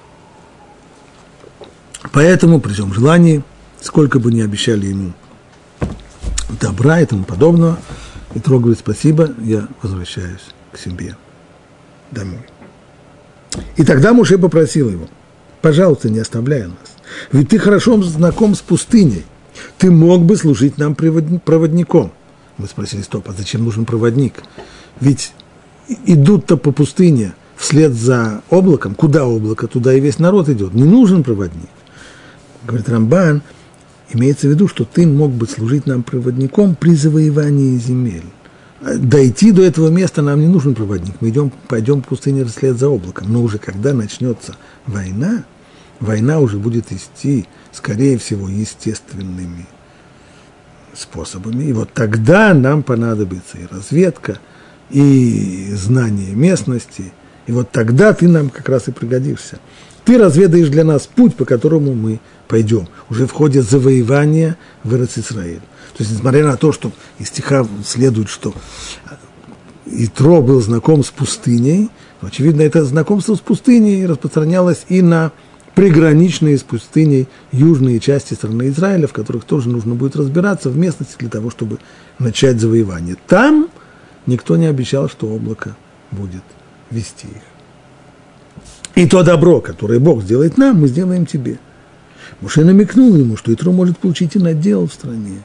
Поэтому, при всем желании, сколько бы ни обещали ему добра и тому подобного, Итро говорит: спасибо, я возвращаюсь к себе домой. И тогда Моше попросил его: пожалуйста, не оставляй нас, ведь ты хорошо знаком с пустыней, ты мог бы служить нам проводником. Мы спросили: стоп, а зачем нужен проводник? Ведь идут-то по пустыне вслед за облаком, куда облако, туда и весь народ идет, не нужен проводник. Говорит Рамбан, имеется в виду, что ты мог бы служить нам проводником при завоевании земель. Дойти до этого места нам не нужен проводник, мы пойдем по пустыне вслед за облаком, но уже когда начнется война, война уже будет идти, скорее всего, естественными способами, и вот тогда нам понадобится и разведка, и знание местности, и вот тогда ты нам как раз и пригодишься. Ты разведаешь для нас путь, по которому мы пойдем, уже в ходе завоевания в Эрец-Исраэль. То есть, несмотря на то, что из стиха следует, что Итро был знаком с пустыней, очевидно, это знакомство с пустыней распространялось и на приграничные с пустыней южные части страны Израиля, в которых тоже нужно будет разбираться в местности для того, чтобы начать завоевание. Там никто не обещал, что облако будет вести их. И то добро, которое Бог сделает нам, мы сделаем тебе. Моше намекнул ему, что Итро может получить и надел в стране.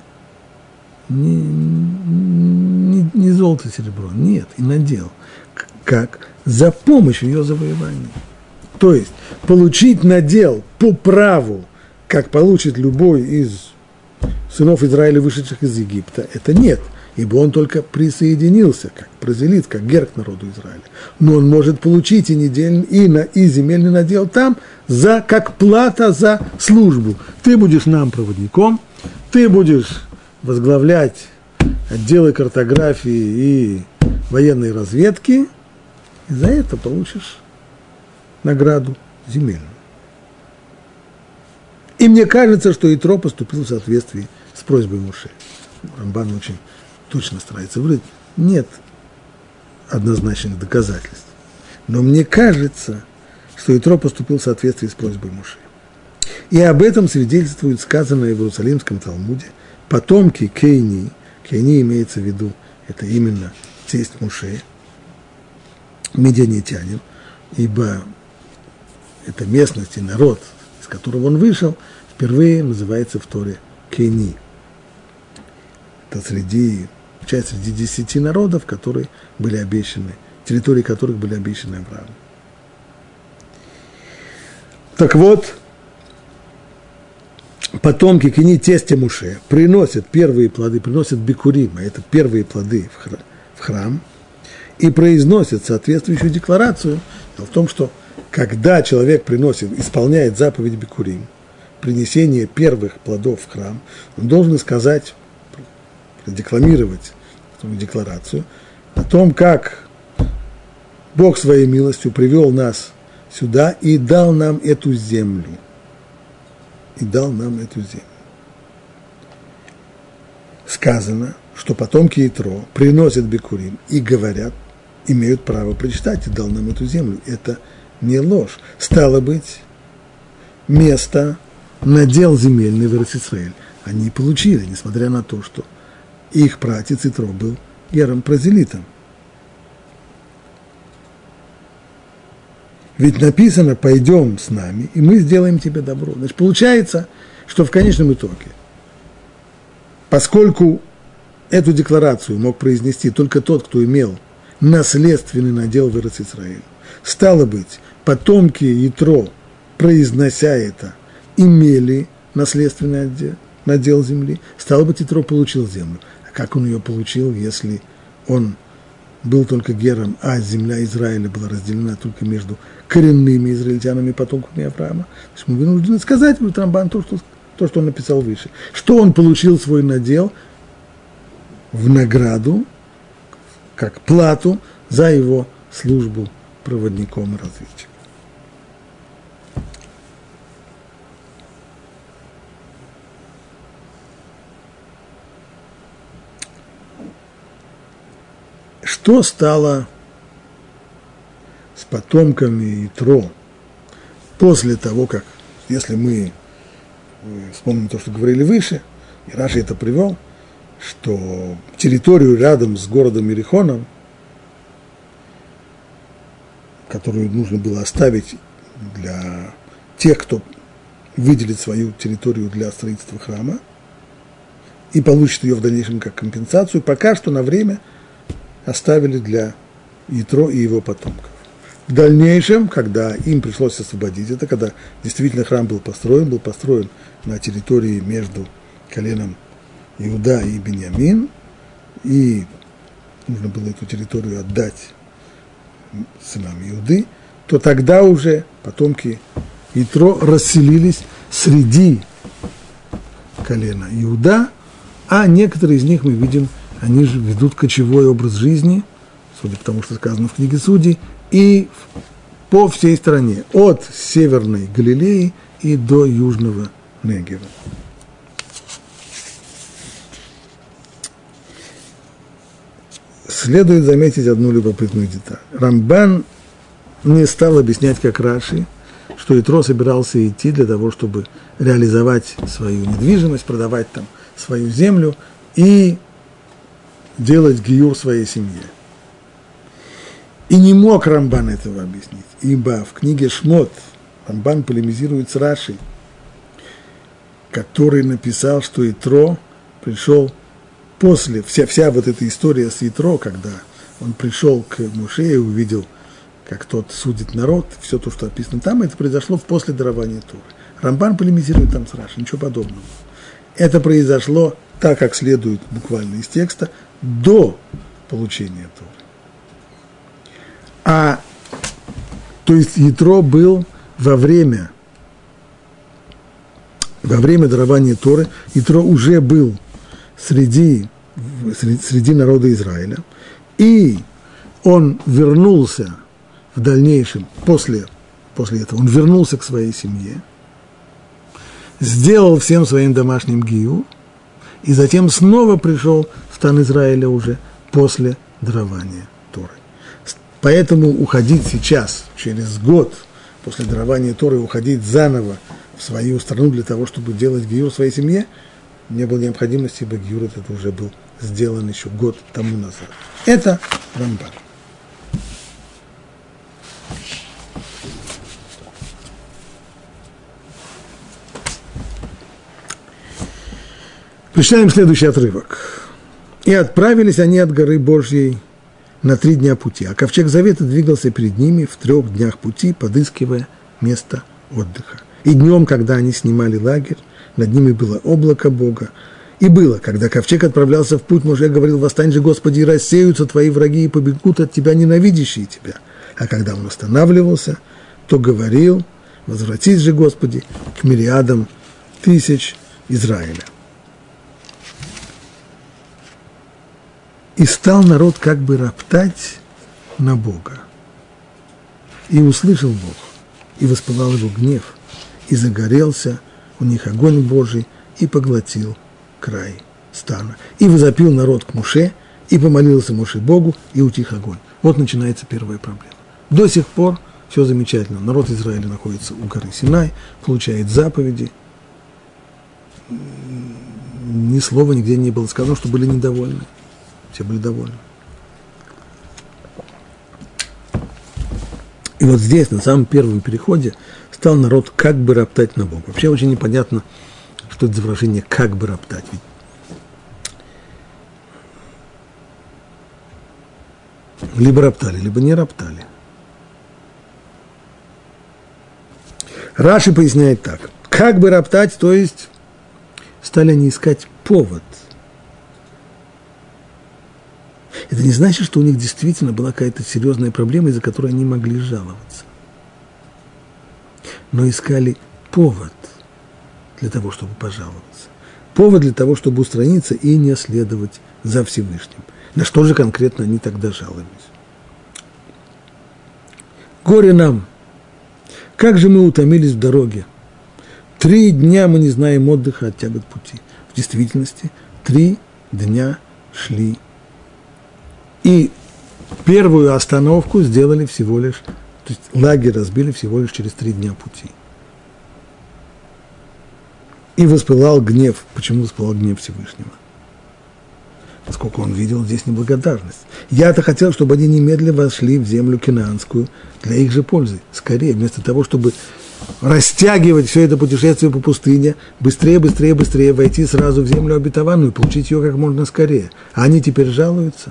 Не золото, серебро, нет, и надел. Как? За помощь в ее завоевании. То есть, получить надел по праву, как получит любой из сынов Израиля, вышедших из Египта, это нет. Ибо он только присоединился, как прозелит, как гер к народу Израиля. Но он может получить и земельный надел там, как плата за службу. Ты будешь нам проводником, ты будешь возглавлять отделы картографии и военной разведки, и за это получишь награду земельную. И мне кажется, что Итро поступил в соответствии с просьбой Моше. Рамбан очень точно старается выразить, нет однозначных доказательств. Но мне кажется, что Итро поступил в соответствии с просьбой Моше. И об этом свидетельствует сказанное в Иерусалимском Талмуде: потомки Кейни, Кейни имеется в виду, это именно тесть Моше, медианитянин, ибо эта местность и народ, из которого он вышел, впервые называется в Торе Кейни. Это часть среди 10 народов, которые были обещаны, территории которых были обещаны Аврааму. Так вот, потомки Кейни, тестя Моше, приносят первые плоды, приносят бикурим, а это первые плоды в храм, и произносят соответствующую декларацию. Дело в том, что когда человек исполняет заповедь бикурим, принесения первых плодов в храм, он должен сказать, продекламировать эту декларацию о том, как Бог своей милостью привел нас сюда и дал нам эту землю. И дал нам эту землю. Сказано, что потомки Итро приносят бикурим и говорят, имеют право прочитать, и дал нам эту землю. Это не ложь. Стало быть, место, надел земельный в Эрец-Исраэль они получили, несмотря на то, что их пратец Итро был гером-прозелитом. Ведь написано, пойдем с нами, и мы сделаем тебе добро. Значит, получается, что в конечном итоге, поскольку эту декларацию мог произнести только тот, кто имел наследственный надел в Эрец-Исраэль, стало быть, потомки Итро, произнося это, имели наследственный надел земли, стало быть, Итро получил землю. А как он ее получил, если он был только гером, а земля Израиля была разделена только между коренными израильтянами и потомками Авраама? То есть мы вынуждены сказать, Рамбан, то, что он написал выше, что он получил свой надел в награду, как плату за его службу проводником и разведчиком. Что стало с потомками Итро после того, как, если мы вспомним то, что говорили выше, и Раши это привел, что территорию рядом с городом Иерихоном, которую нужно было оставить для тех, кто выделит свою территорию для строительства храма и получит ее в дальнейшем как компенсацию, пока что на время оставили для Итро и его потомков. В дальнейшем, когда им пришлось освободить это, когда действительно храм был построен на территории между коленом Иуда и Биньямин, и нужно было эту территорию отдать сынам Иуды, то тогда уже потомки Итро расселились среди колена Иуда, а некоторые из них, мы видим, они же ведут кочевой образ жизни, судя по тому, что сказано в книге Судей, и по всей стране, от северной Галилеи и до южного Негева. Следует заметить одну любопытную деталь. Рамбан не стал объяснять, как Раши, что Итро собирался идти для того, чтобы реализовать свою недвижимость, продавать там свою землю и делать гиюр своей семье. И не мог Рамбан этого объяснить, ибо в книге Шмот Рамбан полемизирует с Раши, который написал, что Итро пришел после, вся вот эта история с Итро, когда он пришел к Моше и увидел, как тот судит народ, все то, что описано там, это произошло после дарования Торы. Рамбан полемизирует там с Раши, ничего подобного. Это произошло так, как следует буквально из текста, до получения Торы. То есть Итро был во время дарования Торы, Итро уже был среди народа Израиля, и он вернулся в дальнейшем, после этого, он вернулся к своей семье, сделал всем своим домашним гиюр, и затем снова пришел в стан Израиля уже после дарования Торы. Поэтому уходить сейчас, через год после дарования Торы, уходить заново в свою страну для того, чтобы делать гиюр в своей семье, не было необходимости, ибо гиюр этот уже был сделан еще год тому назад. Это Рамбан. Прочитаем следующий отрывок. «И отправились они от горы Божьей на 3 дня пути, а ковчег завета двигался перед ними в 3 днях пути, подыскивая место отдыха. И днем, когда они снимали лагерь, над ними было облако Бога. И было, когда ковчег отправлялся в путь, Моше говорил: «Восстань же, Господи, и рассеются твои враги, и побегут от тебя ненавидящие тебя». А когда он останавливался, то говорил: «Возвратись же, Господи, к мириадам тысяч Израиля. И стал народ как бы роптать на Бога. И услышал Бог, и воспылал его гнев, и загорелся у них огонь Божий, и поглотил край стана. И возопил народ к Моше, и помолился Моше Богу, и утих огонь. Вот начинается первая проблема. До сих пор все замечательно. Народ Израиля находится у горы Синай, получает заповеди. Ни слова нигде не было сказано, что были недовольны. Все были довольны. И вот здесь, на самом первом переходе, стал народ как бы роптать на Бога. Вообще очень непонятно, что это за выражение «как бы роптать». Ведь либо роптали, либо не роптали. Раши поясняет так. Как бы роптать, то есть стали они искать повод. Это не значит, что у них действительно была какая-то серьезная проблема, из-за которой они могли жаловаться. Но искали повод для того, чтобы пожаловаться. Повод для того, чтобы устраниться и не следовать за Всевышним. На что же конкретно они тогда жаловались? Горе нам! Как же мы утомились в дороге! 3 дня мы не знаем отдыха от тягот пути. В действительности 3 дня шли. И первую остановку сделали всего лишь, то есть лагерь разбили всего лишь через 3 дня пути. И воспылал гнев. Почему воспылал гнев Всевышнего? Поскольку он видел здесь неблагодарность. Я-то хотел, чтобы они немедленно вошли в землю Кинаанскую для их же пользы. Скорее, вместо того, чтобы растягивать все это путешествие по пустыне, быстрее войти сразу в землю обетованную и получить ее как можно скорее. А они теперь жалуются.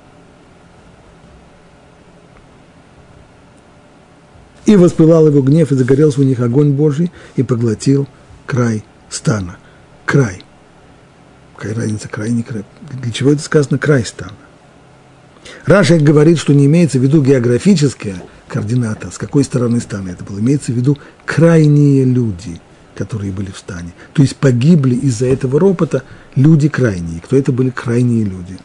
И воспылал его гнев, и загорелся у них огонь Божий, и поглотил край стана. Край. Какая разница, край, не край. Для чего это сказано край стана? Раши говорит, что не имеется в виду географическая координата, с какой стороны стана это было. Имеется в виду крайние люди, которые были в стане. То есть погибли из-за этого ропота люди крайние. Кто это были крайние люди?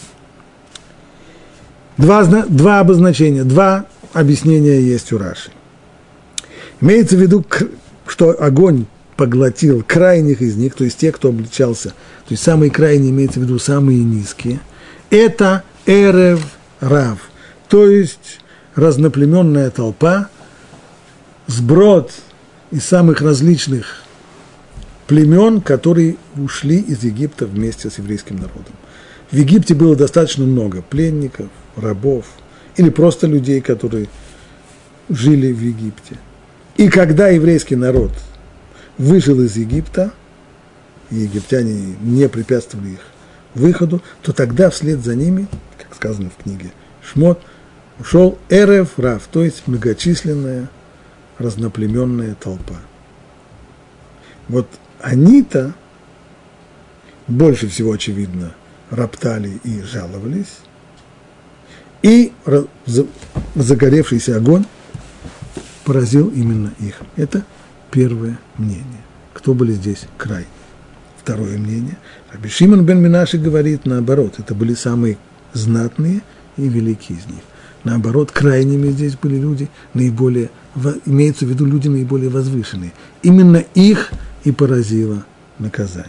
Два обозначения, 2 объяснения есть у Раши. Имеется в виду, что огонь поглотил крайних из них, то есть те, кто обличался, то есть самые крайние, имеется в виду самые низкие. Это Эрев Рав, то есть разноплеменная толпа, сброд из самых различных племен, которые ушли из Египта вместе с еврейским народом. В Египте было достаточно много пленников, рабов или просто людей, которые жили в Египте. И когда еврейский народ вышел из Египта, и египтяне не препятствовали их выходу, то тогда вслед за ними, как сказано в книге Шмот, ушел Эрев Рав, то есть многочисленная разноплеменная толпа. Вот они-то больше всего, очевидно, роптали и жаловались, и загоревшийся огонь поразил именно их. Это первое мнение. Кто были здесь край? Второе мнение. Раби Шимон бен Минаши говорит наоборот. Это были самые знатные и великие из них. Наоборот, крайними здесь были люди наиболее, имеется в виду люди наиболее возвышенные. Именно их и поразило наказание.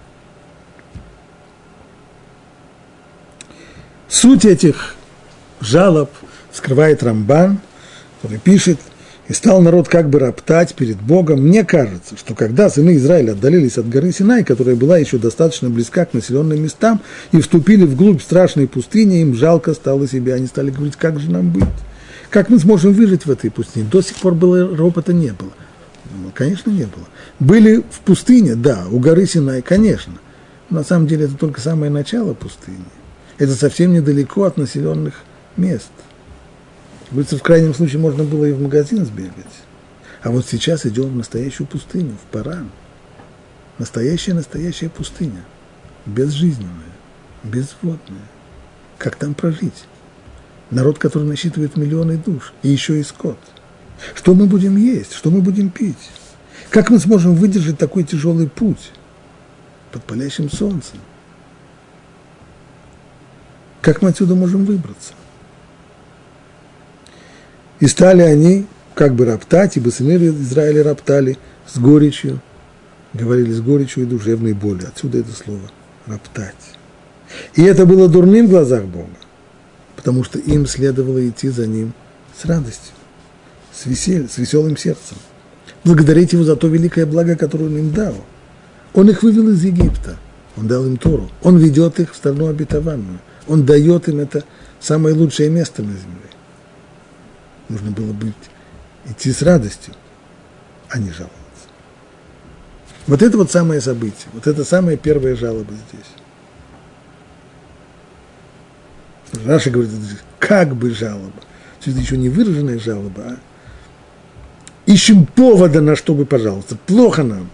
Суть этих жалоб скрывает Рамбан, который пишет: «И стал народ как бы роптать перед Богом. Мне кажется, что когда сыны Израиля отдалились от горы Синай, которая была еще достаточно близка к населенным местам, и вступили вглубь страшной пустыни, им жалко стало себя. Они стали говорить, как же нам быть? Как мы сможем выжить в этой пустыне? До сих пор ропота не было». Ну, конечно, не было. Были в пустыне, да, у горы Синай, конечно. Но на самом деле это только самое начало пустыни. Это совсем недалеко от населенных мест. В крайнем случае можно было и в магазин сбегать. А вот сейчас идем в настоящую пустыню, в Паран. Настоящая пустыня. Безжизненная, безводная. Как там прожить? Народ, который насчитывает миллионы душ, и еще и скот. Что мы будем есть, что мы будем пить? Как мы сможем выдержать такой тяжелый путь под палящим солнцем? Как мы отсюда можем выбраться? И стали они как бы роптать, ибо сыны Израиля роптали с горечью, говорили с горечью и душевной болью. Отсюда это слово роптать. И это было дурным в глазах Бога, потому что им следовало идти за ним с радостью, с веселым сердцем, благодарить его за то великое благо, которое он им дал. Он их вывел из Египта, он дал им Тору, он ведет их в страну обетованную, он дает им это самое лучшее место на земле. Нужно было идти с радостью, а не жаловаться. Вот это вот самое событие, вот это самая первая жалоба здесь. Раша говорит, как бы жалоба. Это еще не выраженная жалоба, а ищем повода, на что бы пожаловаться. Плохо нам.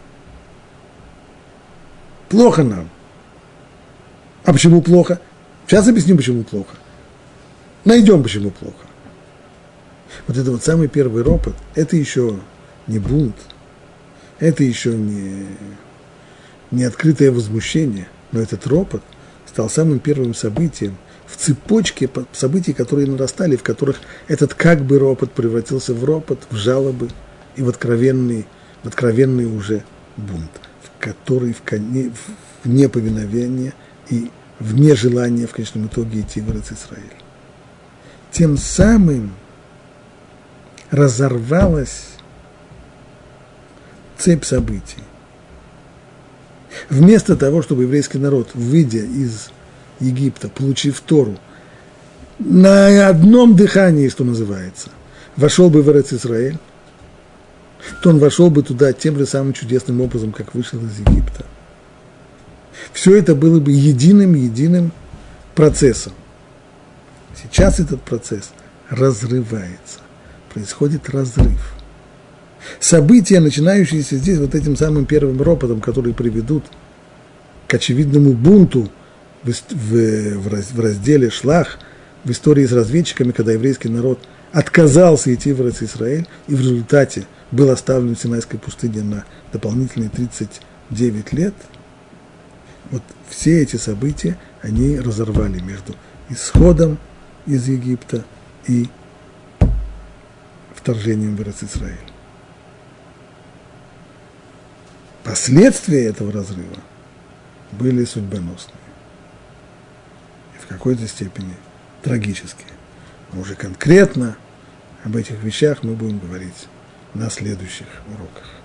Плохо нам. А почему плохо? Сейчас объясню, почему плохо. Найдем, почему плохо. Вот это вот самый первый ропот, это еще не бунт, это еще не открытое возмущение, но этот ропот стал самым первым событием в цепочке событий, которые нарастали, в которых этот как бы ропот превратился в ропот, в жалобы и в откровенный уже бунт, в который в неповиновение и в нежелание в конечном итоге идти в Эрец Исраэль. Тем самым разорвалась цепь событий. Вместо того, чтобы еврейский народ, выйдя из Египта, получив Тору, на одном дыхании, что называется, вошел бы в Эрец Исраэль, то он вошел бы туда тем же самым чудесным образом, как вышел из Египта. Все это было бы единым процессом. Сейчас этот процесс разрывается. Происходит разрыв. События, начинающиеся здесь вот этим самым первым ропотом, которые приведут к очевидному бунту в разделе Шлах, в истории с разведчиками, когда еврейский народ отказался идти в Эрец Исраэль, и в результате был оставлен в Синайской пустыне на дополнительные 39 лет, вот все эти события, они разорвали между исходом из Египта и вторжением в Эрец Исраэль. Последствия этого разрыва были судьбоносные и в какой-то степени трагические. Но уже конкретно об этих вещах мы будем говорить на следующих уроках.